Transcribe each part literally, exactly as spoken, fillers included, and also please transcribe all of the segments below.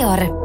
Junior.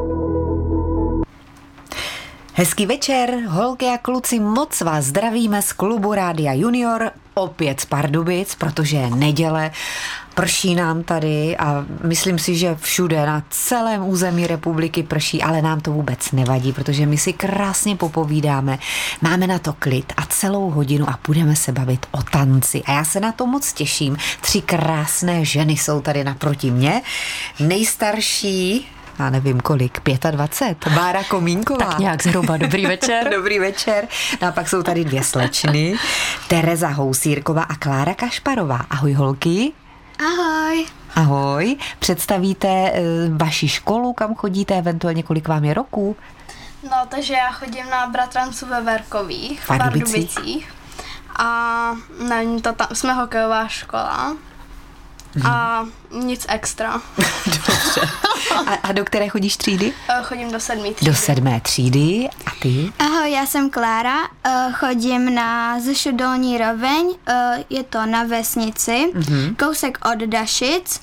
Hezký večer, holky a kluci, moc vás zdravíme z klubu Rádia Junior, opět z Pardubic, protože je neděle, prší nám tady a myslím si, že všude na celém území republiky prší, ale nám to vůbec nevadí, protože my si krásně popovídáme, máme na to klid a celou hodinu a budeme se bavit o tanci a já se na to moc těším. Tři krásné ženy jsou tady naproti mě, nejstarší, já nevím kolik, dvacet pět, Bára Komínková. Tak nějak zhruba, dobrý večer. Dobrý večer. No a pak jsou tady dvě slečny, Tereza Housírková a Klára Kašparová. Ahoj holky. Ahoj. Ahoj. Představíte uh, vaši školu, kam chodíte, eventuálně kolik vám je roku? No, takže já chodím na Bratranců ve Verkových, v Pardubicích. Pardubicích. A nevím, to tam, jsme hokejová škola. A nic extra. Dobře. A, a do které chodíš třídy? Chodím do sedmé třídy. Do sedmé třídy. A ty? Ahoj, já jsem Klára, chodím na Z Š Dolní Roveň, je to na vesnici, mm-hmm. kousek od Dašic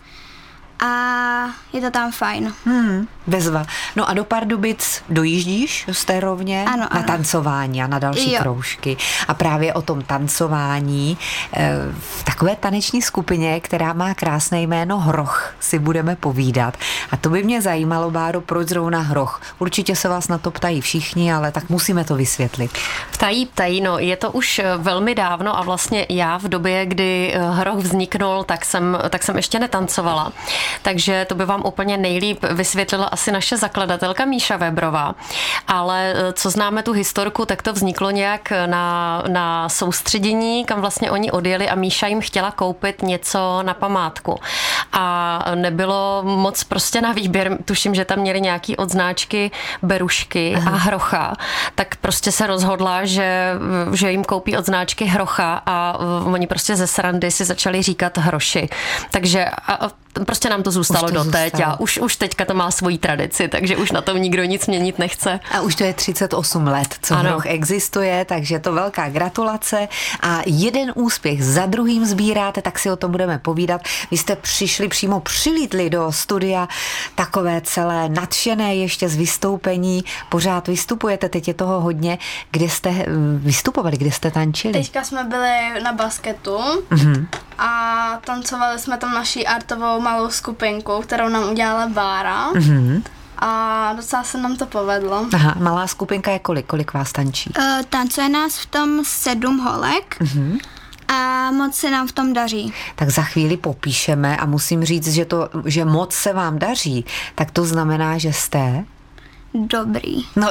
a je to tam fajn. Hmm, bezva. No a do Pardubic dojíždíš z té rovně? Ano, na ano. tancování a na další Jo. kroužky. A právě o tom tancování v takové taneční skupině, která má krásné jméno Hroch, si budeme povídat. A to by mě zajímalo, Báro, proč zrovna Hroch? Určitě se vás na to ptají všichni, ale tak musíme to vysvětlit. Ptají, ptají, no je to už velmi dávno a vlastně já v době, kdy Hroch vzniknul, tak jsem, tak jsem ještě netancovala. Takže to by vám úplně nejlíp vysvětlila asi naše zakladatelka Míša Webrová. Ale co známe tu historku, tak to vzniklo nějak na, na soustředění, kam vlastně oni odjeli a Míša jim chtěla koupit něco na památku. A nebylo moc prostě na výběr, tuším, že tam měli nějaký odznáčky Berušky Aha. a Hrocha, tak prostě se rozhodla, že, že jim koupí odznáčky Hrocha a oni prostě ze srandy si začali říkat Hroši. Takže a, prostě nám to zůstalo to doteď zůstalo. A už, už teďka to má svoji tradici, takže už na tom nikdo nic měnit nechce. A už to je třicet osm let, co ano. Hroch existuje, takže to velká gratulace a jeden úspěch za druhým sbíráte, tak si o tom budeme povídat. Vy jste přišli, přímo přilítli do studia, takové celé nadšené ještě z vystoupení, pořád vystupujete, teď je toho hodně. Kde jste vystupovali, kde jste tančili? Teďka jsme byli na basketu Mhm. a tancovali jsme tam naší artovou malou skupinku, kterou nám udělala Bára. Mhm. A docela se nám to povedlo. Aha, malá skupinka je kolik? Kolik vás tančí? Uh, tancuje nás v tom sedm holek Mhm. a moc se nám v tom daří. Tak za chvíli popíšeme a musím říct, že to, že moc se vám daří, tak to znamená, že jste... Dobrý. No,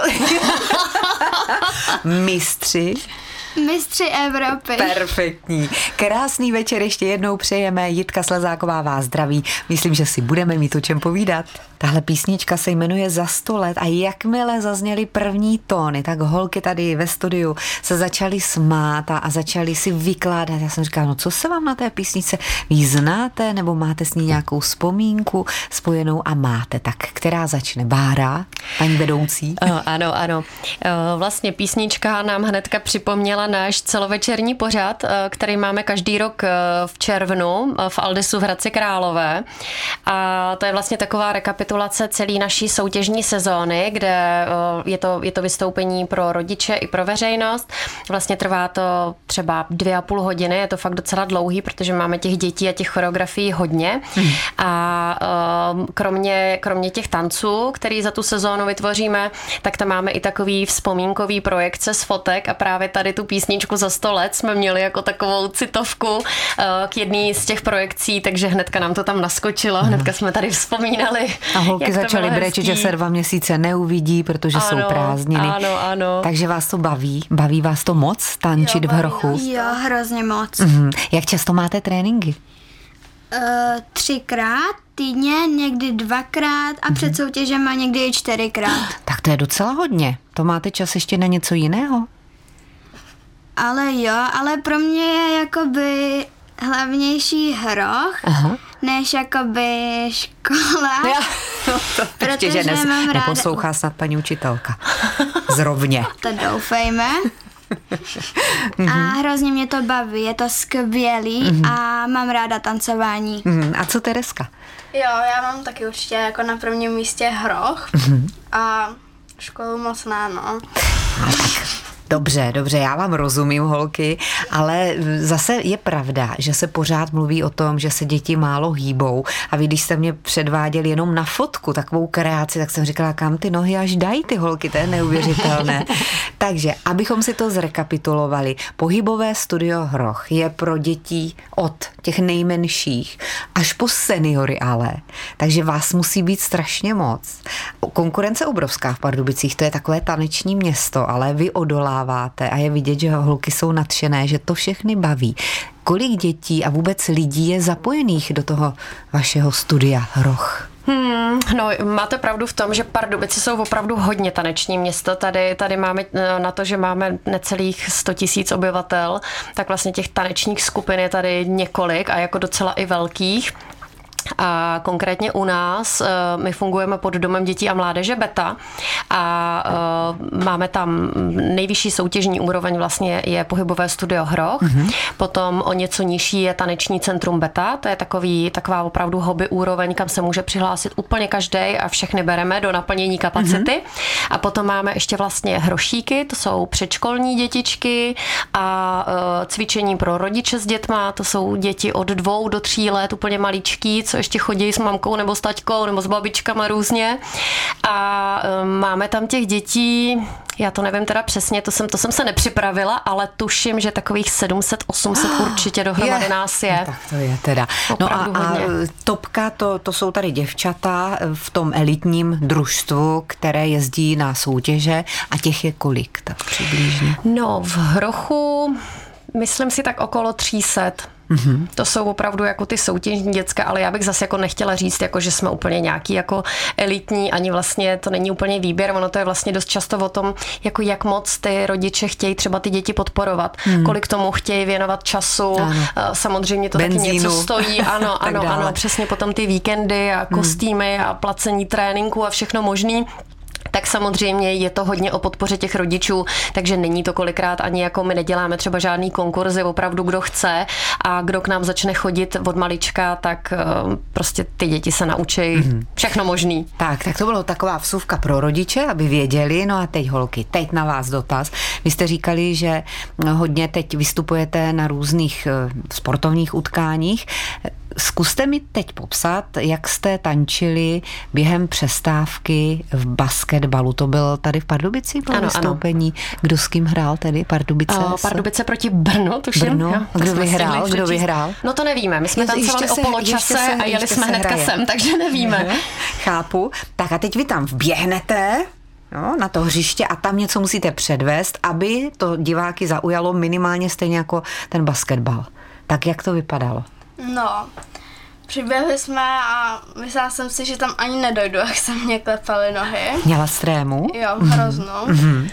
mistři. Mistři Evropy. Perfektní. Krásný večer ještě jednou přejeme. Jitka Slezáková vás zdraví. Myslím, že si budeme mít o čem povídat. Tahle písnička se jmenuje Za sto let a jakmile zazněly první tóny, tak holky tady ve studiu se začaly smát a, a začaly si vykládat. Já jsem říkala, no co se vám na té písničce, vy ji znáte nebo máte s ní nějakou vzpomínku spojenou a máte. Tak která začne? Bára, paní vedoucí? Uh, ano, ano. Uh, vlastně písnička nám hnedka připomněla náš celovečerní pořad, uh, který máme každý rok uh, v červnu uh, v Aldisu v Hradci Králové. A to je vlastně taková rekapitulace celé naší soutěžní sezóny, kde uh, je to, je to vystoupení pro rodiče i pro veřejnost. Vlastně trvá to třeba dvě a půl hodiny, je to fakt docela dlouhý, protože máme těch dětí a těch choreografií hodně. Hmm. A uh, kromě, kromě těch tanců, který za tu sezónu vytvoříme, tak tam máme i takový vzpomínkový projekce z fotek a právě tady tu písničku Za sto let jsme měli jako takovou citovku uh, k jedné z těch projekcí, takže hnedka nám to tam naskočilo, hmm. hnedka jsme tady vzpomínali. A holky začaly brečet, že se dva měsíce neuvidí, protože ano, jsou prázdniny. Ano, ano. Takže vás to baví? Baví vás to moc tančit Jo, v Hrochu? Jo, hrozně moc. Mhm. Jak často máte tréninky? Uh, třikrát týdně, někdy dvakrát a před soutěžema někdy i čtyřikrát. Tak to je docela hodně. To máte čas ještě na něco jiného? Ale jo, ale pro mě je jakoby hlavnější Hroch, Aha. než jakoby škola. Já, no to ještě, že Protože nes, mám ráda- neposlouchá snad paní učitelka. Zrovně. To doufejme. A hrozně mě to baví, je to skvělý mm-hmm. a mám ráda tancování. Mm, a co Tereska? Jo, já mám taky určitě jako na prvním místě hroch mm-hmm. a školu moc ne, no. Dobře, dobře, já vám rozumím, holky, ale zase je pravda, že se pořád mluví o tom, že se děti málo hýbou a vy, když jste mě předváděli jenom na fotku takovou kreaci, tak jsem říkala, kam ty nohy až dají ty holky, to je neuvěřitelné. Takže, abychom si to zrekapitulovali, pohybové studio Hroch je pro děti od těch nejmenších až po seniory ale, takže vás musí být strašně moc. Konkurence obrovská v Pardubicích, to je takové taneční město, ale vy odoláváte a je vidět, že holky jsou nadšené, že to všechny baví. Kolik dětí a vůbec lidí je zapojených do toho vašeho studia Hroch? Hmm, no, máte pravdu v tom, že Pardubice jsou opravdu hodně taneční město. Tady, tady máme na to, že máme necelých sto tisíc obyvatel, tak vlastně těch tanečních skupin je tady několik a jako docela i velkých. A konkrétně u nás my fungujeme pod Domem dětí a mládeže Beta a máme tam nejvyšší soutěžní úroveň vlastně je pohybové studio Hroch, mm-hmm. potom o něco nižší je taneční centrum Beta, to je takový, taková opravdu hobby úroveň, kam se může přihlásit úplně každej a všechny bereme do naplnění kapacity. Mm-hmm. A potom máme ještě vlastně hrošíky, to jsou předškolní dětičky a cvičení pro rodiče s dětma, to jsou děti od dvou do tří let, úplně maličký, co ještě chodí s mamkou nebo s taťkou nebo s babičkama různě. A máme tam těch dětí, já to nevím teda přesně, to jsem, to jsem se nepřipravila, ale tuším, že takových sedm set osm set určitě dohromady je. nás je. No, tak to je teda. No a, a topka, to, to jsou tady děvčata v tom elitním družstvu, které jezdí na soutěže a těch je kolik tak přibližně? No v Hrochu myslím si tak okolo tři sta. Mm-hmm. To jsou opravdu jako ty soutěžní děcka, ale já bych zase jako nechtěla říct, jako, že jsme úplně nějaký jako elitní, ani vlastně to není úplně výběr, ono to je vlastně dost často o tom, jako jak moc ty rodiče chtějí třeba ty děti podporovat, mm. kolik tomu chtějí věnovat času, ano. Samozřejmě to Benzínu. Taky něco stojí, ano, ano, ano, přesně potom ty víkendy a kostýmy mm. a placení tréninku a všechno možný. Tak samozřejmě je to hodně o podpoře těch rodičů, takže není to kolikrát ani jako my neděláme třeba žádný konkurzy, opravdu kdo chce a kdo k nám začne chodit od malička, tak prostě ty děti se naučí mm-hmm. všechno možný. Tak, tak to bylo taková vsuvka pro rodiče, aby věděli. No a teď holky, teď na vás dotaz. Vy jste říkali, že hodně teď vystupujete na různých sportovních utkáních. Zkuste mi teď popsat, jak jste tančili během přestávky v basketbalu. To byl tady v Pardubici po vystoupení. Ano. Kdo s kým hrál tedy? Pardubice? Uh, Pardubice proti Brno, tuším. Brno. Jo, kdo vyhrál? Kdo vyhrál? No to nevíme. My jsme tancovali o poločase se, a jeli jsme hnedka sem, takže nevíme. Chápu. Tak a teď vy tam vběhnete, no, na to hřiště a tam něco musíte předvést, aby to diváky zaujalo minimálně stejně jako ten basketbal. Tak jak to vypadalo? No, přiběhli jsme a myslela jsem si, že tam ani nedojdu, jak se mě klepaly nohy. Měla strému? Jo, hroznou. Mm-hmm.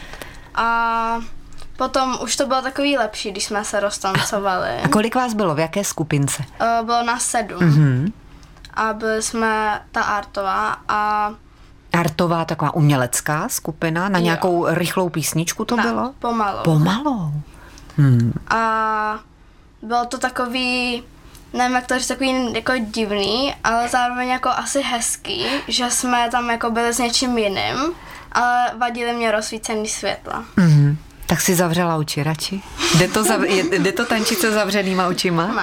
A potom už to bylo takový lepší, když jsme se roztancovali. A kolik vás bylo? V jaké skupince? Uh, bylo nás sedm. Mm-hmm. A byli jsme ta artová a... Artová, taková umělecká skupina, na nějakou jo. rychlou písničku to ne, bylo? pomalou. Pomalou? Hmm. A bylo to takový... Nevím, jak to říct, takový jako divný, ale zároveň jako asi hezký, že jsme tam jako byli s něčím jiným, ale vadily mě rozsvícený světla. Mm-hmm. Tak si zavřela oči radši? Jde to, zav- jde to tančit se zavřenýma očima? Ne.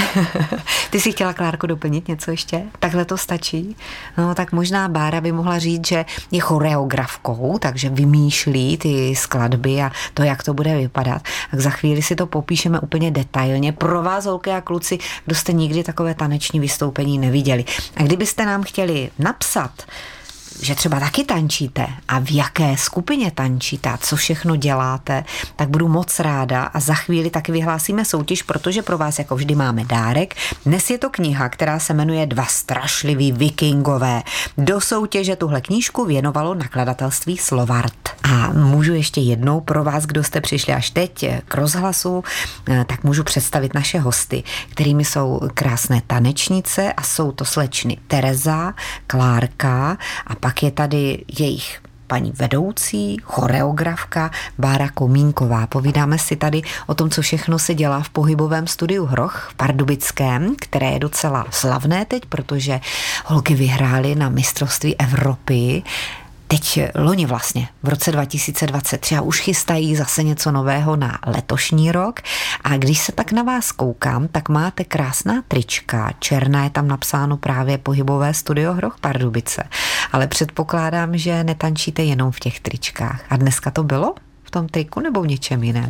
Ty jsi chtěla, Klárko, doplnit něco ještě? Takhle to stačí? No tak možná Bára by mohla říct, že je choreografkou, takže vymýšlí ty skladby a to, jak to bude vypadat. Tak za chvíli si to popíšeme úplně detailně. Pro vás, holky a kluci, kdo jste nikdy takové taneční vystoupení neviděli. A kdybyste nám chtěli napsat, že třeba taky tančíte a v jaké skupině tančíte a co všechno děláte, tak budu moc ráda a za chvíli taky vyhlásíme soutěž, protože pro vás jako vždy máme dárek. Dnes je to kniha, která se jmenuje Dva strašliví vikingové. Do soutěže tuhle knížku věnovalo nakladatelství Slovart. A můžu ještě jednou pro vás, kdo jste přišli až teď k rozhlasu, tak můžu představit naše hosty, kterými jsou krásné tanečnice a jsou to slečny Tereza, Klárka a pak je tady jejich paní vedoucí, choreografka Bára Komínková. Povídáme si tady o tom, co všechno se dělá v pohybovém studiu Hroch v Pardubickém, které je docela slavné teď, protože holky vyhrály na mistrovství Evropy. Teď loni vlastně, v roce dva tisíce dvacet tři a už chystají zase něco nového na letošní rok. A když se tak na vás koukám, tak máte krásná trička, černá je tam napsáno právě pohybové studio Hroch Pardubice. Ale předpokládám, že netančíte jenom v těch tričkách. A dneska to bylo v tom triku nebo v něčem jiném?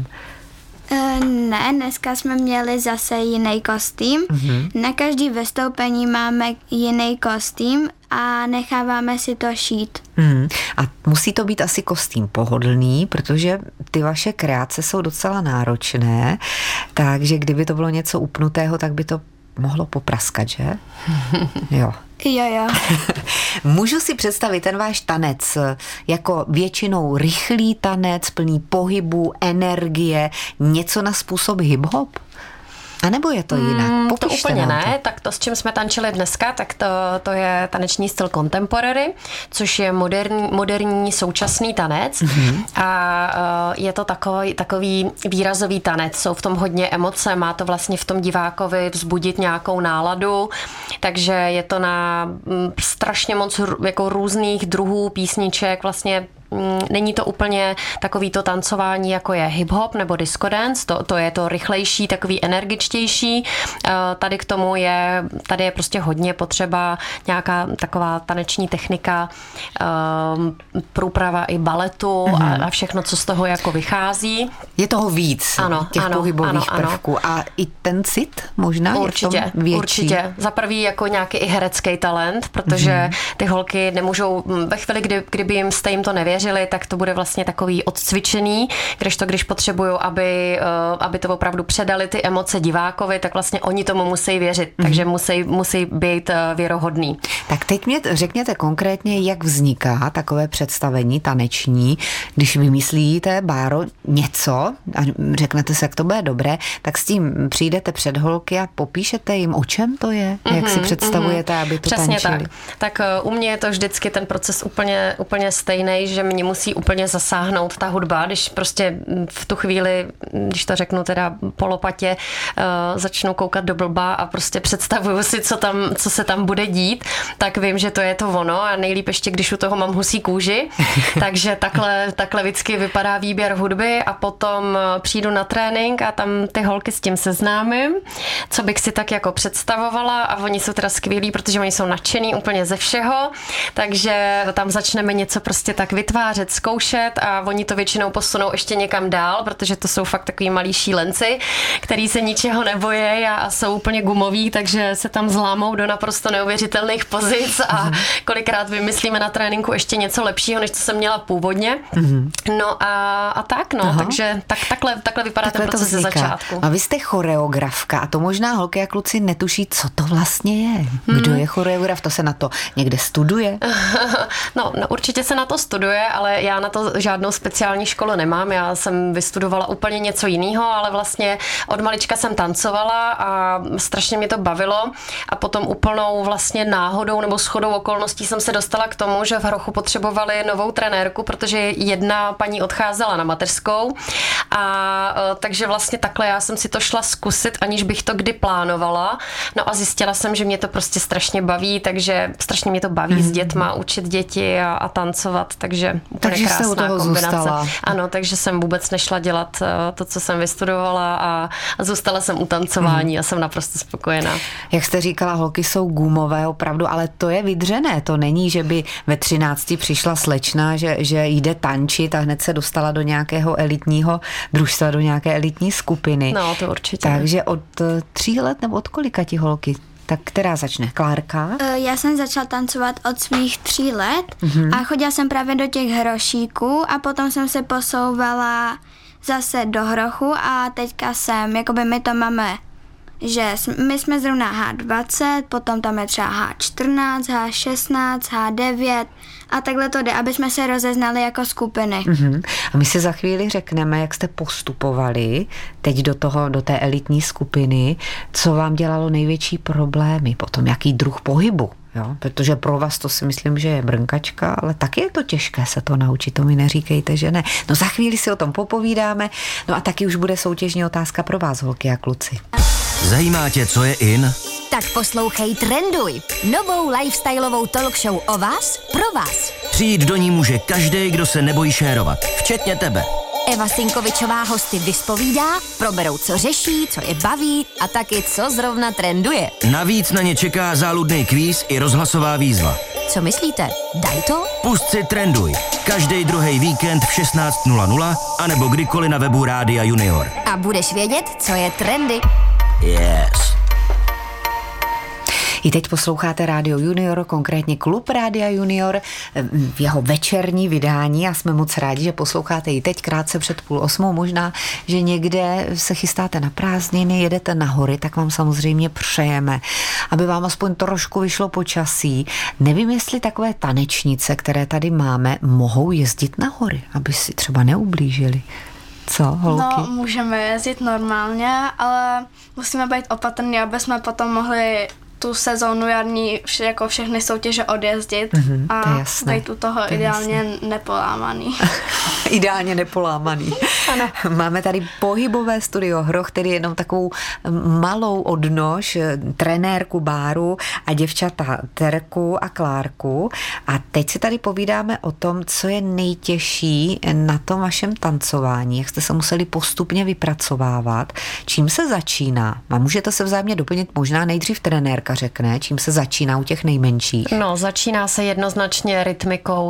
Ne, dneska jsme měli zase jiný kostým. Mm-hmm. Na každý vystoupení máme jiný kostým a necháváme si to šít. Mm. A musí to být asi kostým pohodlný, protože ty vaše kreace jsou docela náročné, takže kdyby to bylo něco upnutého, tak by to mohlo popraskat, že? Jo. Jo, jo. Můžu si představit ten váš tanec jako většinou rychlý tanec, plný pohybu, energie, něco na způsob hip-hop? A nebo je to jinak? Mm, to Popište úplně nám to. ne, tak to, s čím jsme tančili dneska, tak to, to je taneční styl contemporary, což je moderní, moderní současný tanec mm-hmm. a uh, je to takový, takový výrazový tanec, jsou v tom hodně emoce, má to vlastně v tom divákovi vzbudit nějakou náladu, takže je to na m, strašně moc jako různých druhů písniček, vlastně není to úplně takový to tancování, jako je hip-hop nebo disco dance, to, to je to rychlejší, takový energičtější. Tady k tomu je, tady je prostě hodně potřeba nějaká taková taneční technika, průprava i baletu mm-hmm. a, a všechno, co z toho jako vychází. Je toho víc, ano, těch ano, pohybových ano, prvků. Ano. A i ten cit možná určitě, je v tom větší? Určitě. Za prvý jako nějaký i herecký talent, protože mm-hmm. ty holky nemůžou, ve chvíli, kdy, kdyby jim jste jim to nevěřili, tak to bude vlastně takový odcvičený, kdežto když potřebuju, aby, aby to opravdu předali ty emoce divákovi, tak vlastně oni tomu musí věřit, mm-hmm. takže musí, musí být věrohodný. Tak teď mě řekněte konkrétně, jak vzniká takové představení taneční, když vymyslíte, Báro, něco a řeknete se, jak to bude dobré, tak s tím přijdete před holky a popíšete jim, o čem to je, mm-hmm, jak si představujete, mm-hmm. aby to přesně tančili. Tak. Tak u mě je to vždycky ten proces úplně, úplně stejný, že mě musí úplně zasáhnout ta hudba, když prostě v tu chvíli, když to řeknu teda po lopatě, uh, začnu koukat do blba a prostě představuju si, co tam, co se tam bude dít, tak vím, že to je to ono a nejlíp ještě, když u toho mám husí kůži, takže takhle, takhle vždycky vypadá výběr hudby a potom přijdu na trénink a tam ty holky s tím seznámím, co bych si tak jako představovala a oni jsou teda skvělí, protože oni jsou nadšený úplně ze všeho, takže tam začneme něco prostě tak vytvářet, zkoušet a oni to většinou posunou ještě někam dál, protože to jsou fakt takový malí šílenci, který se ničeho nebojí a jsou úplně gumoví, takže se tam zlámou do naprosto neuvěřitelných pozic a kolikrát vymyslíme na tréninku ještě něco lepšího, než co jsem měla původně. Mm-hmm. No a, a tak, no, Aha. takže tak, takhle, takhle vypadá takhle ten proces ze začátku. A vy jste choreografka a to možná holky a kluci netuší, co to vlastně je. Kdo hmm. je choreograf, to se na to někde studuje? No, no, určitě se na to studuje, ale já na to žádnou speciální školu nemám. Já jsem vystudovala úplně něco jiného, ale vlastně od malička jsem tancovala a strašně mě to bavilo a potom úplnou vlastně náhodou nebo shodou okolností jsem se dostala k tomu, že v Hrochu potřebovali novou trenérku, protože jedna paní odcházela na mateřskou a takže vlastně takhle já jsem si to šla zkusit, aniž bych to kdy plánovala. No a zjistila jsem, že mě to prostě strašně baví, takže strašně mě to baví mm. s dětma, učit děti a, a tancovat, takže úplně takže krásná jste u toho kombinace. Zůstala. Ano, takže jsem vůbec nešla dělat to, co jsem vystudovala a, a zůstala jsem u tancování mm. a jsem naprosto spokojená. Jak jste říkala, holky jsou gumové opravdu, ale to je vydřené, to není, že by ve třinácti přišla slečna, že, že jde tančit a hned se dostala do nějakého elitního družstva, do nějaké elitní skupiny. No, to určitě. Takže od tří let nebo od kolika ti holky? Tak která začne? Klárka? Já jsem začala tancovat od svých tří let mm-hmm. a chodila jsem právě do těch hrošíků a potom jsem se posouvala zase do Hrochu a teďka jsem, jakoby my to máme, že my jsme zrovna há dvacet, potom tam je třeba há čtrnáct, há šestnáct, há devět a takhle to jde, aby jsme se rozeznali jako skupiny. Uh-huh. A my si za chvíli řekneme, jak jste postupovali teď do toho, do té elitní skupiny, co vám dělalo největší problémy, potom jaký druh pohybu jo? Protože pro vás to si myslím, že je brnkačka, ale taky je to těžké se to naučit, to mi neříkejte, že ne. No za chvíli si o tom popovídáme, no a taky už bude soutěžní otázka pro vás, holky a kluci. Zajímá tě, co je in? Tak poslouchej Trenduj, novou lifestyleovou talk show o vás, pro vás. Přijít do ní může každý, kdo se nebojí šérovat, včetně tebe. Eva Sinkovičová hosty vyspovídá, proberou, co řeší, co je baví a taky, co zrovna trenduje. Navíc na ně čeká záludný kvíz i rozhlasová výzva. Co myslíte? Daj to? Pust si Trenduj. Každý druhý víkend v šestnáct nula nula anebo kdykoliv na webu Rádia Junior. A budeš vědět, co je trendy. Yes. I teď posloucháte Rádio Junior, konkrétně Klub Rádia Junior, jeho večerní vydání a jsme moc rádi, že posloucháte i teď krátce před půl osmou. Možná, že někde se chystáte na prázdniny, jedete na hory, tak vám samozřejmě přejeme, aby vám aspoň trošku vyšlo počasí. Nevím, jestli takové tanečnice, které tady máme, mohou jezdit na hory, aby si třeba neublížili. Co, holky? No, můžeme jezdit normálně, ale musíme být opatrní, aby jsme potom mohli tu sezónu jarní vše, jako všechny soutěže odjezdit mm-hmm, a být u toho to ideálně jasné. nepolámaný. Ideálně nepolámaný. Ano. Máme tady pohybové studio Hroch, tedy jenom takovou malou odnož, trenérku Báru a děvčata Terku a Klárku. A teď si tady povídáme o tom, co je nejtěžší na tom vašem tancování, jak jste se museli postupně vypracovávat, čím se začíná. A můžete se vzájemně doplnit, možná nejdřív trenérka řekne, čím se začíná u těch nejmenších. No, začíná se jednoznačně rytmikou.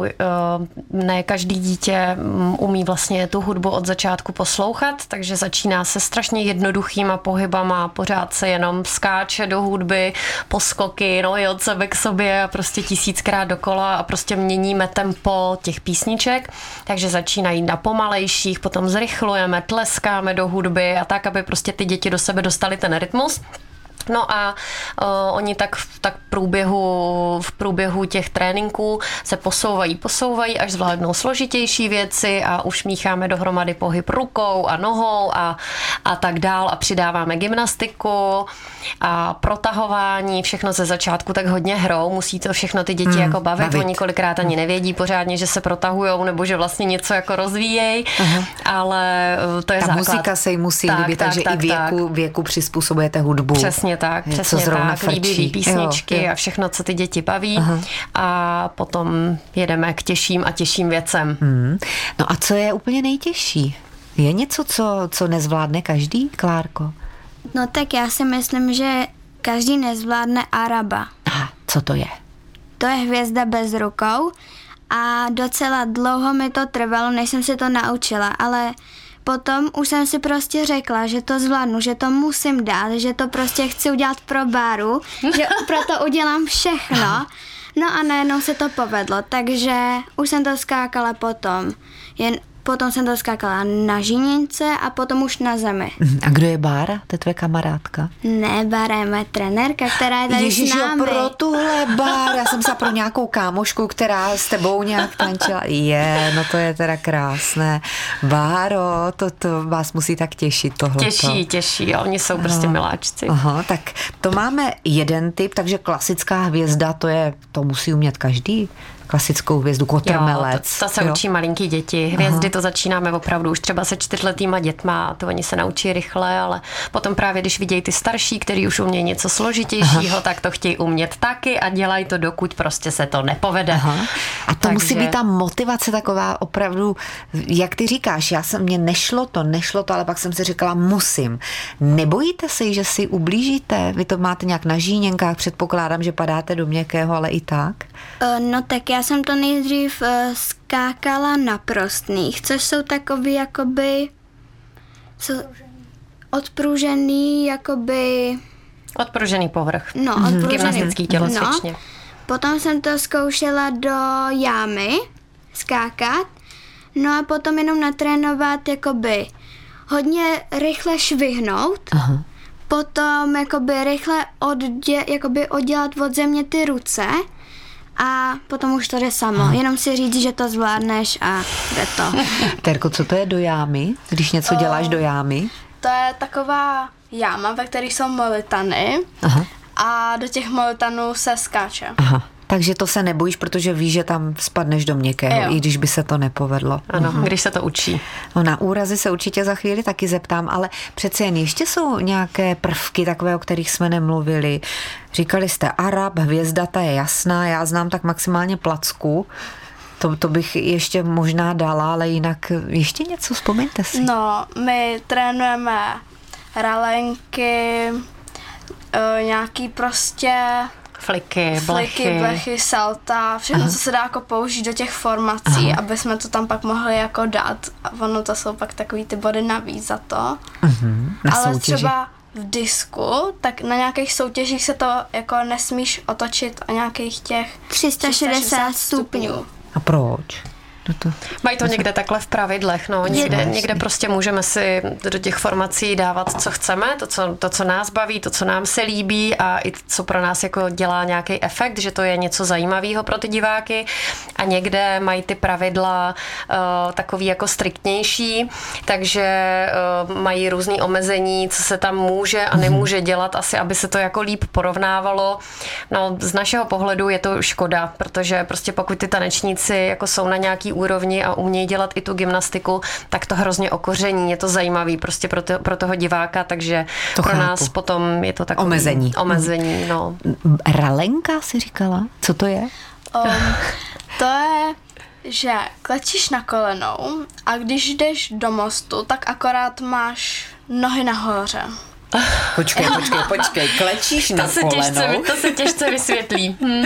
Ne každý dítě umí vlastně tu hudbu od začátku poslouchat, takže začíná se strašně jednoduchýma pohybama, pořád se jenom skáče do hudby, poskoky, no i od sebe k sobě a prostě tisíckrát dokola a prostě měníme tempo těch písniček, takže začínají na pomalejších, potom zrychlujeme, tleskáme do hudby a tak, aby prostě ty děti do sebe dostali ten rytmus. No a uh, oni tak, tak v, průběhu, v průběhu těch tréninků se posouvají, posouvají, až zvládnou složitější věci a už mícháme dohromady pohyb rukou a nohou a, a tak dál a přidáváme gymnastiku a protahování, všechno ze začátku tak hodně hrou, musí to všechno ty děti hmm, jako bavit. bavit, oni kolikrát ani nevědí pořádně, že se protahujou nebo že vlastně něco jako rozvíjejí, uh-huh. ale to je ta základ. Ta muzika se jim musí tak, líbit, tak, takže tak, i věku, věku přizpůsobujete hudbu. Přesně tak, přesně tak, frčí. líbivý písničky jo, jo. a všechno, co ty děti baví. Aha. A potom jedeme k těžším a těžším věcem. Hmm. No a co je úplně nejtěžší? Je něco, co, co nezvládne každý, Klárko? No tak já si myslím, že každý nezvládne Araba. Aha, co to je? To je hvězda bez rukou a docela dlouho mi to trvalo, než jsem si to naučila, ale potom už jsem si prostě řekla, že to zvládnu, že to musím dát, že to prostě chci udělat pro Báru, že proto udělám všechno. No a najednou se to povedlo, takže už jsem to skákala potom. Jen potom jsem to skákala na žíněnce a potom už na zemi. A kdo je Bára, to je tvoje kamarádka? Ne, Bára je moje trenérka, která je tady Ježiš, s námi. Ježiš, pro tuhle Bára. Já jsem se pro nějakou kámošku, která s tebou nějak tančila. Je, no to je teda krásné. Báro, to, to vás musí tak těšit tohleto. Těší, těší, a oni jsou prostě miláčci. Aha, tak to máme jeden typ, takže klasická hvězda, to je, to musí umět každý. Klasickou hvězdu, kotrmelec. Jo, to, to se jo. učí malinký děti. Hvězdy Aha. to začínáme opravdu už třeba se čtyřletýma dětma, to oni se naučí rychle, ale potom právě, když vidějí ty starší, který už umějí něco složitějšího, Aha. tak to chtějí umět taky a dělají to, dokud prostě se to nepovede. Aha. A to Takže... musí být ta motivace taková opravdu, jak ty říkáš, já jsem, mně nešlo to, nešlo to, ale pak jsem si říkala, musím. Nebojíte se, že si ublížíte? Vy to máte nějak na žíněnkách, předpokládám, že padáte do měkkého, ale i tak? No tak já jsem to nejdřív uh, skákala na prostných, což jsou takový jakoby co, odpružený jakoby... Odpružený povrch. No, odpružený. Gymnastický tělocvičně. No, potom jsem to zkoušela do jámy skákat, no a potom jenom natrénovat jakoby hodně rychle švihnout, Aha. potom jakoby rychle oddě, jakoby oddělat od země ty ruce, a potom už to jde samo. Aha. Jenom si říct, že to zvládneš a jde to. Terko, co to je do jámy? Když něco děláš do jámy? To je taková jáma, ve které jsou molitany. Aha. a do těch moltanů se skáče. Aha. Takže to se nebojíš, protože víš, že tam spadneš do měkkého, Jo. i když by se to nepovedlo. Ano, mhm. když se to učí. No, na úrazy se určitě za chvíli taky zeptám, ale přece jen ještě jsou nějaké prvky takové, o kterých jsme nemluvili. Říkali jste Arab, hvězda, ta je jasná, já znám tak maximálně placku. To, to bych ještě možná dala, ale jinak ještě něco, vzpomeňte si. No, my trénujeme ralenky, uh, nějaký prostě Fliky, blechy. fliky, blechy, salta, všechno, Aha. co se dá jako použít do těch formací, Aha. aby jsme to tam pak mohli jako dát. A ono to jsou pak takový ty body navíc za to. Uh-huh. Na Ale soutěži. třeba v disku, tak na nějakých soutěžích se to jako nesmíš otočit o nějakých těch tři sta šedesát stupňů. A proč? No to, Mají to někde takhle v pravidlech, no. Někde, někde prostě můžeme si do těch formací dávat, co chceme, to co, to, co nás baví, to, co nám se líbí a i co pro nás jako dělá nějaký efekt, že to je něco zajímavého pro ty diváky a někde mají ty pravidla uh, takový jako striktnější, takže uh, mají různý omezení, co se tam může a nemůže dělat, asi aby se to jako líp porovnávalo. No, z našeho pohledu je to škoda, protože prostě pokud ty tanečníci jako jsou na nějaký úrovni a umějí dělat i tu gymnastiku, tak to hrozně okoření, je to zajímavý prostě pro, to, pro toho diváka, takže to pro chápu. nás potom je to takový omezení. omezení no. Ralenka si říkala? Co to je? Um, to je, že klečíš na kolenou a když jdeš do mostu, tak akorát máš nohy nahoře. Počkej, počkej, počkej, klečíš na to se kolenou. Těžce, to se těžce vysvětlí. Hm.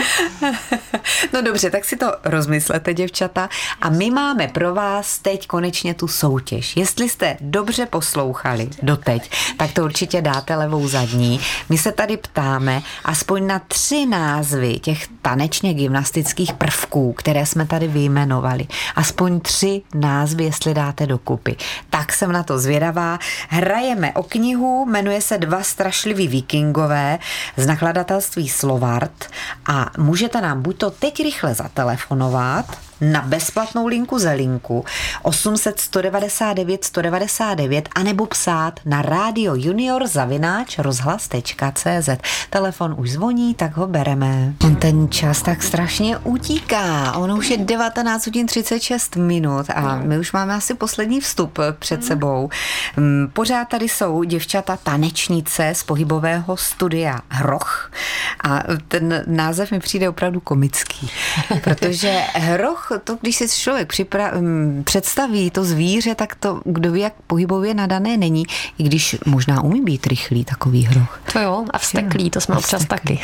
No dobře, tak si to rozmyslete, děvčata. A my máme pro vás teď konečně tu soutěž. Jestli jste dobře poslouchali doteď, tak to určitě dáte levou zadní. My se tady ptáme aspoň na tři názvy těch tanečně gymnastických prvků, které jsme tady vyjmenovali. Aspoň tři názvy, jestli dáte dokupy. Tak jsem na to zvědavá. Hrajeme o knihu, jmenuje se Dva strašliví vikingové z nakladatelství Slovart a můžete nám buď to teď rychle zatelefonovat na bezplatnou linku Zelinku osm set, sto devadesát devět, sto devadesát devět anebo psát na rádio junior zavináč rozhlas tečka cé zet. Telefon už zvoní, tak ho bereme. On ten čas tak strašně utíká. Ono už je devatenáct hodin třicet šest minut a my už máme asi poslední vstup před sebou. Pořád tady jsou děvčata tanečnice z pohybového studia Hroch a ten název mi přijde opravdu komický, protože Hroch, to když si člověk připra- představí to zvíře, tak to kdo ví, jak pohybově nadané není, i když možná umí být rychlý takový hroch. To jo, a vsteklý, to jsme občas taky.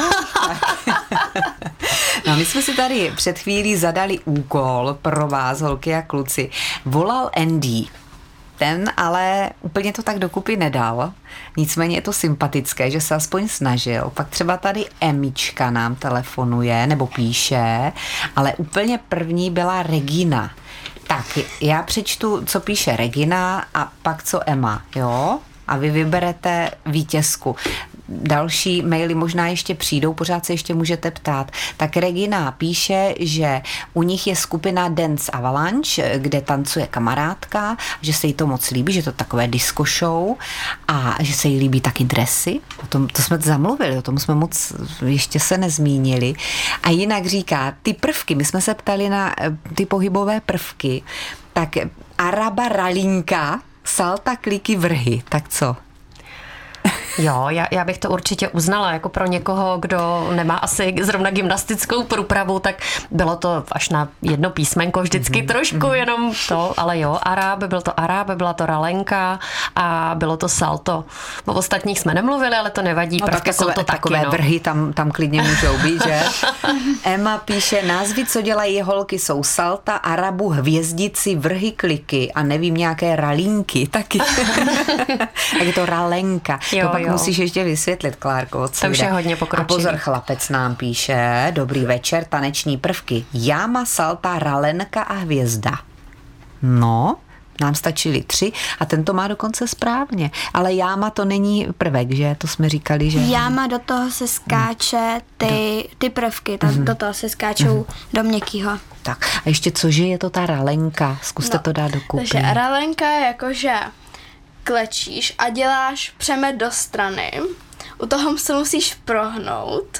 No, my jsme si tady před chvílí zadali úkol pro vás, holky a kluci. Volal Andy. Ten ale úplně to tak dokupy nedal. Nicméně je to sympatické, že se aspoň snažil. Pak třeba tady Emička nám telefonuje nebo píše, ale úplně první byla Regina. Tak, já přečtu, co píše Regina a pak co Emma, jo? A vy vyberete vítězku. Další maily možná ještě přijdou, pořád se ještě můžete ptát. Tak Regina píše, že u nich je skupina Dance Avalanche, kde tancuje kamarádka, že se jí to moc líbí, že to je takové disco show a že se jí líbí taky dresy. O tom, to jsme zamluvili, o tom jsme moc ještě se nezmínili. A jinak říká, ty prvky, my jsme se ptali na ty pohybové prvky, tak Araba Ralinka, salta, kliky, vrhy, tak co? Jo, já, já bych to určitě uznala, jako pro někoho, kdo nemá asi zrovna gymnastickou průpravu, tak bylo to až na jedno písmenko vždycky mm-hmm. trošku jenom to, ale jo, Aráb, byl to Aráb, byla to Ralenka a bylo to salto. O ostatních jsme nemluvili, ale to nevadí, no, prvky takové, jsou to takové taky, no. vrhy tam, tam klidně můžou být, že? Emma píše, názvy, co dělají holky, jsou salta, Arabu, hvězdici, vrhy, kliky a nevím, nějaké ralínky taky. Tak je to Ralenka. Jo, to pak jo. musíš ještě vysvětlit, Klárko. To už je hodně pokročilý. A pozor, chlapec nám píše, dobrý večer, taneční prvky. Jáma, salta, ralenka a hvězda. No, nám stačily tři a ten to má dokonce správně. Ale jáma to není prvek, že? To jsme říkali, že... Jáma, do toho se skáče ty, ty prvky, ta, mm. do toho se skáčou mm. do měkkýho. Tak a ještě cože je to ta ralenka? Zkuste no, to dát dokupy. Takže ralenka je jakože klečíš a děláš přemet do strany. U toho se musíš prohnout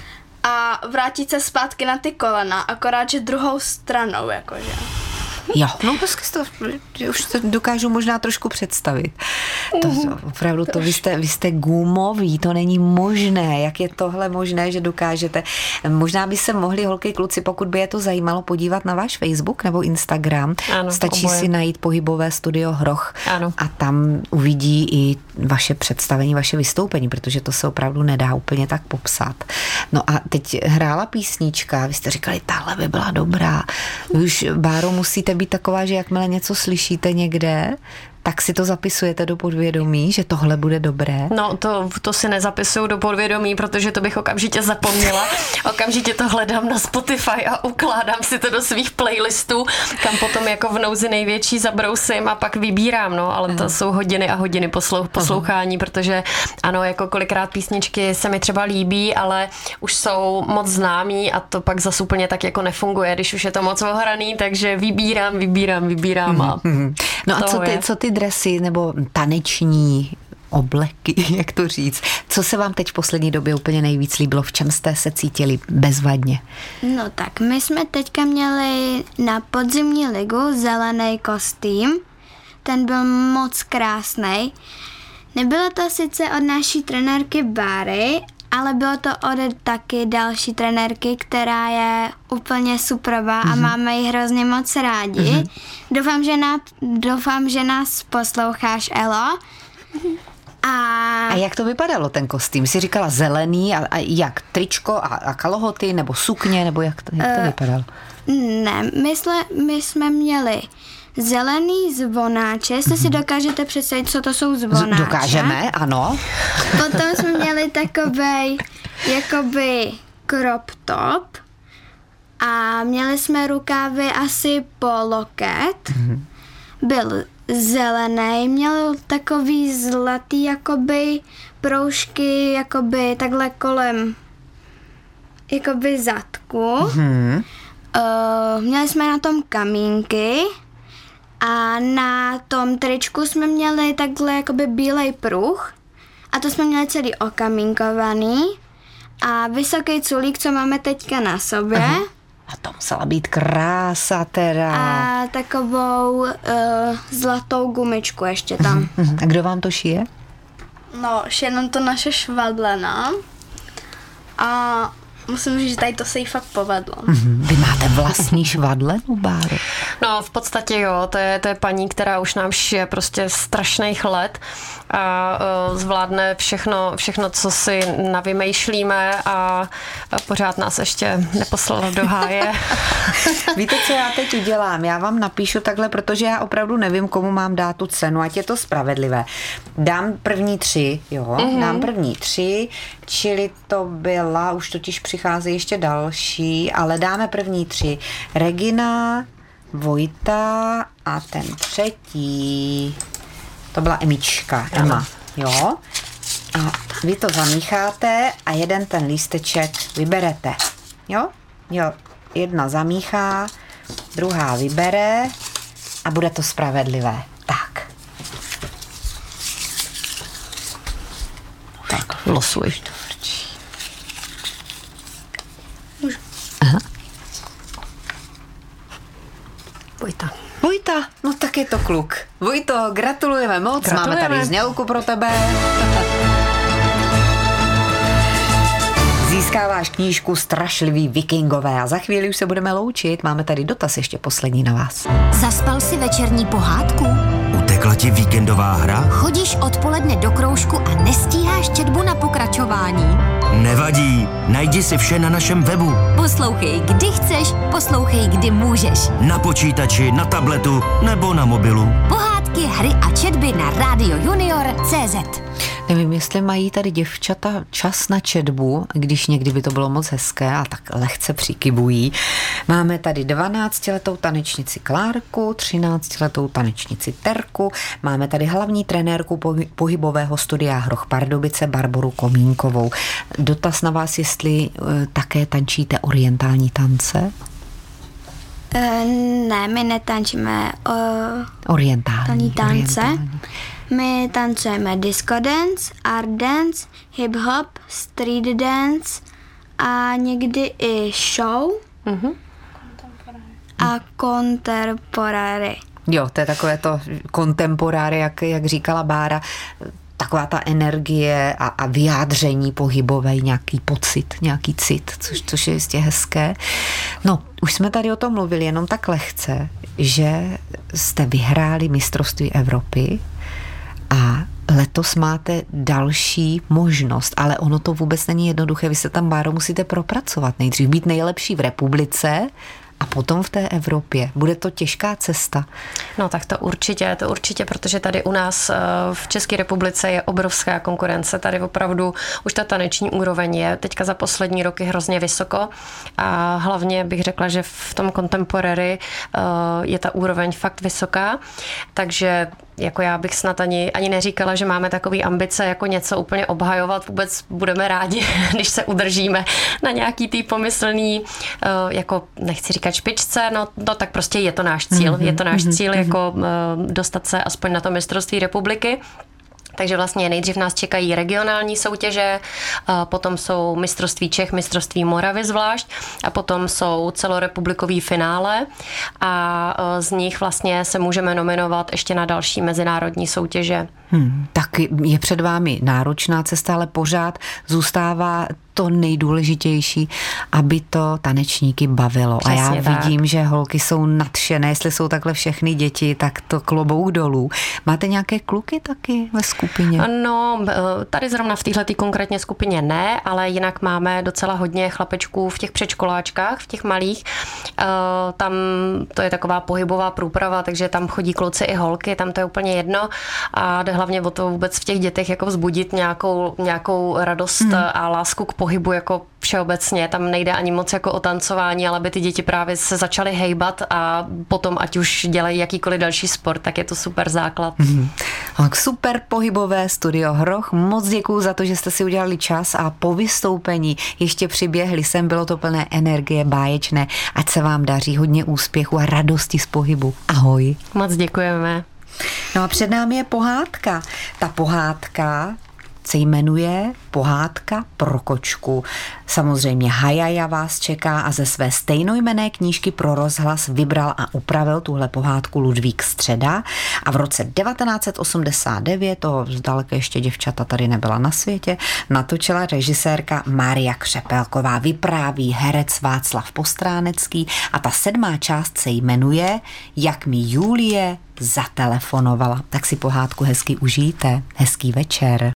a vrátit se zpátky na ty kolena, akorát, že druhou stranou, jakože. Jo, no to, to už to dokážu možná trošku představit. To, to, opravdu to vy jste, vy jste gumoví, to není možné. Jak je tohle možné, že dokážete? Možná by se mohli holky, kluci, pokud by je to zajímalo, podívat na váš Facebook nebo Instagram. Ano, stačí oboje. si najít Pohybové studio Hroch Ano. a tam uvidí i vaše představení, vaše vystoupení, protože to se opravdu nedá úplně tak popsat. No a teď hrála písnička, vy jste říkali, tahle by byla dobrá. Vy už, Báro, musíte být taková, že jakmile něco slyšíte někde, tak si to zapisujete do podvědomí, že tohle bude dobré? No to, to si nezapisuju do podvědomí, protože to bych okamžitě zapomněla. Okamžitě to hledám na Spotify a ukládám si to do svých playlistů, kam potom jako v nouzi největší zabrousím a pak vybírám, no, ale to jsou hodiny a hodiny poslou, poslouchání, protože ano, jako kolikrát písničky se mi třeba líbí, ale už jsou moc známí a to pak zase úplně tak jako nefunguje, když už je to moc ohraný, takže vybírám, vybírám, vybírám a No a co ty, je. co ty dresy nebo taneční obleky, jak to říct, co se vám teď v poslední době úplně nejvíc líbilo, v čem jste se cítili bezvadně? No tak, my jsme teďka měli na podzimní ligu zelený kostým. Ten byl moc krásný. Nebylo to sice od naší trenérky Báry, ale bylo to od taky další trenérky, která je úplně superová a máme ji hrozně moc rádi. Mm-hmm. Doufám, že nás, doufám, že nás posloucháš, Elo. A... A jak to vypadalo, ten kostým? Jsi říkala zelený a, a jak? Tričko a, a kalhoty nebo sukně, nebo jak to, jak to uh, vypadalo? Ne, my jsme, my jsme měli zelený zvonáče, jestli si dokážete představit, co to jsou zvonáče. Dokážeme, ano. Potom jsme měli takovej jakoby crop top a měli jsme rukávy asi po loket. Mm-hmm. Byl zelený, měl takový zlatý jakoby proužky jakoby takhle kolem jakoby zadku. Mm-hmm. Uh, měli jsme na tom kamínky a na tom tričku jsme měli takhle jakoby bílej pruh a to jsme měli celý okamínkovaný a vysoký culík, co máme teďka na sobě. Aha. A to musela být krása teda. A takovou uh, zlatou gumičku ještě tam. A kdo vám to šije? No, šije nám to naše švadlena a musím říct, že tady to se jí fakt povedlo. Vy máte vlastní švadlenu, Báro? No, v podstatě jo, to je, to je paní, která už nám šije prostě strašných let a uh, zvládne všechno, všechno, co si navymýšlíme a, a pořád nás ještě neposlala do háje. Víte, co já teď udělám? Já vám napíšu takhle, protože já opravdu nevím, komu mám dát tu cenu, ať je to spravedlivé. Dám první tři, jo, mm-hmm. dám první tři, čili to byla, už totiž přichází ještě další, ale dáme první tři. Regina, Vojta a ten třetí, to byla Emička, Emma, jo. A vy to zamícháte a jeden ten lísteček vyberete, jo. Jo, jedna zamíchá, druhá vybere a bude to spravedlivé. Tak. Tak, losuj. Aha. Vojta. Vojta, no tak je to kluk. Vojto, gratulujeme moc, Gratulujeme. Máme tady znělku pro tebe. Získáváš knížku Strašliví vikingové a za chvíli už se budeme loučit. Máme tady dotaz ještě poslední na vás. Zaspal si večerní pohádku? Utekla ti víkendová hra? Chodíš odpoledne do kroužku a nestíháš četbu na pokračování? Nevadí, najdi si vše na našem webu. Poslouchej, kdy chceš, poslouchej, kdy můžeš. Na počítači, na tabletu nebo na mobilu. Pohádky, hry a četby na Radio Junior tečka cé zet. Nevím, jestli mají tady děvčata čas na četbu, když někdy by to bylo moc hezké a tak lehce přikybují. Máme tady dvanáctiletou tanečnici Klárku, třináctiletou tanečnici Terku, máme tady hlavní trenérku pohybového studia Hroch Pardubice Barboru Komínkovou. Dotaz na vás, jestli uh, také tančíte orientální tance? Uh, ne, my netančíme uh, Orientální. tance. Orientální. My tancujeme disco dance, art dance, hip-hop, street dance a někdy i show Mhm. a contemporary. Jo, to je takové to kontemporáry, jak, jak říkala Bára, taková ta energie a, a vyjádření pohybové, nějaký pocit, nějaký cit, což, což je jistě hezké. No, už jsme tady o tom mluvili jenom tak lehce, že jste vyhráli mistrovství Evropy a letos máte další možnost, ale ono to vůbec není jednoduché. Vy se tam, Báro, musíte propracovat. Nejdřív být nejlepší v republice a potom v té Evropě. Bude to těžká cesta. No tak to určitě, to určitě, protože tady u nás v České republice je obrovská konkurence. Tady opravdu už ta taneční úroveň je teďka za poslední roky hrozně vysoko a hlavně bych řekla, že v tom contemporary je ta úroveň fakt vysoká, takže jako já bych snad ani, ani neříkala, že máme takový ambice jako něco úplně obhajovat. Vůbec budeme rádi, když se udržíme na nějaký tý pomyslný, jako nechci říkat špičce, no, no tak prostě je to náš cíl. Mm-hmm, je to náš mm-hmm, cíl jako dostat se aspoň na to mistrovství republiky. Takže vlastně nejdřív nás čekají regionální soutěže, potom jsou mistrovství Čech, mistrovství Moravy zvlášť a potom jsou celorepublikový finále a z nich vlastně se můžeme nominovat ještě na další mezinárodní soutěže. Hmm, tak je před vámi náročná cesta, ale pořád zůstává to nejdůležitější, aby to tanečníky bavilo. Přesně a já tak. Vidím, že holky jsou nadšené, jestli jsou takhle všechny děti, tak to klobouk dolů. Máte nějaké kluky taky ve skupině? No, tady zrovna v téhletý konkrétně skupině ne, ale jinak máme docela hodně chlapečků v těch předškoláčkách, v těch malých. Tam to je taková pohybová průprava, takže tam chodí kluci i holky, tam to je úplně jedno a jde hlavně o to vůbec v těch dětech jako vzbudit nějakou, nějakou radost hmm. a lásku k pohybu jako všeobecně. Tam nejde ani moc jako o tancování, ale aby ty děti právě se začaly hejbat a potom ať už dělají jakýkoliv další sport, tak je to super základ. Hmm. Super pohybové studio Hroch. Moc děkuju za to, že jste si udělali čas a po vystoupení ještě přiběhli sem, bylo to plné energie, báječné. Ať se vám daří, hodně úspěchu a radosti z pohybu. Ahoj. Moc děkujeme. No a před námi je pohádka. Ta pohádka se jmenuje Pohádka pro kočku. Samozřejmě Hajaja vás čeká a ze své stejnojmenné knížky pro rozhlas vybral a upravil tuhle pohádku Ludvík Středa a v roce devatenáct set osmdesát devět, to zdaleka ještě děvčata tady nebyla na světě, natočila režisérka Mária Křepelková, vypráví herec Václav Postránecký a ta sedmá část se jmenuje Jak mi Julie zatelefonovala. Tak si pohádku hezky užijte. Hezký večer.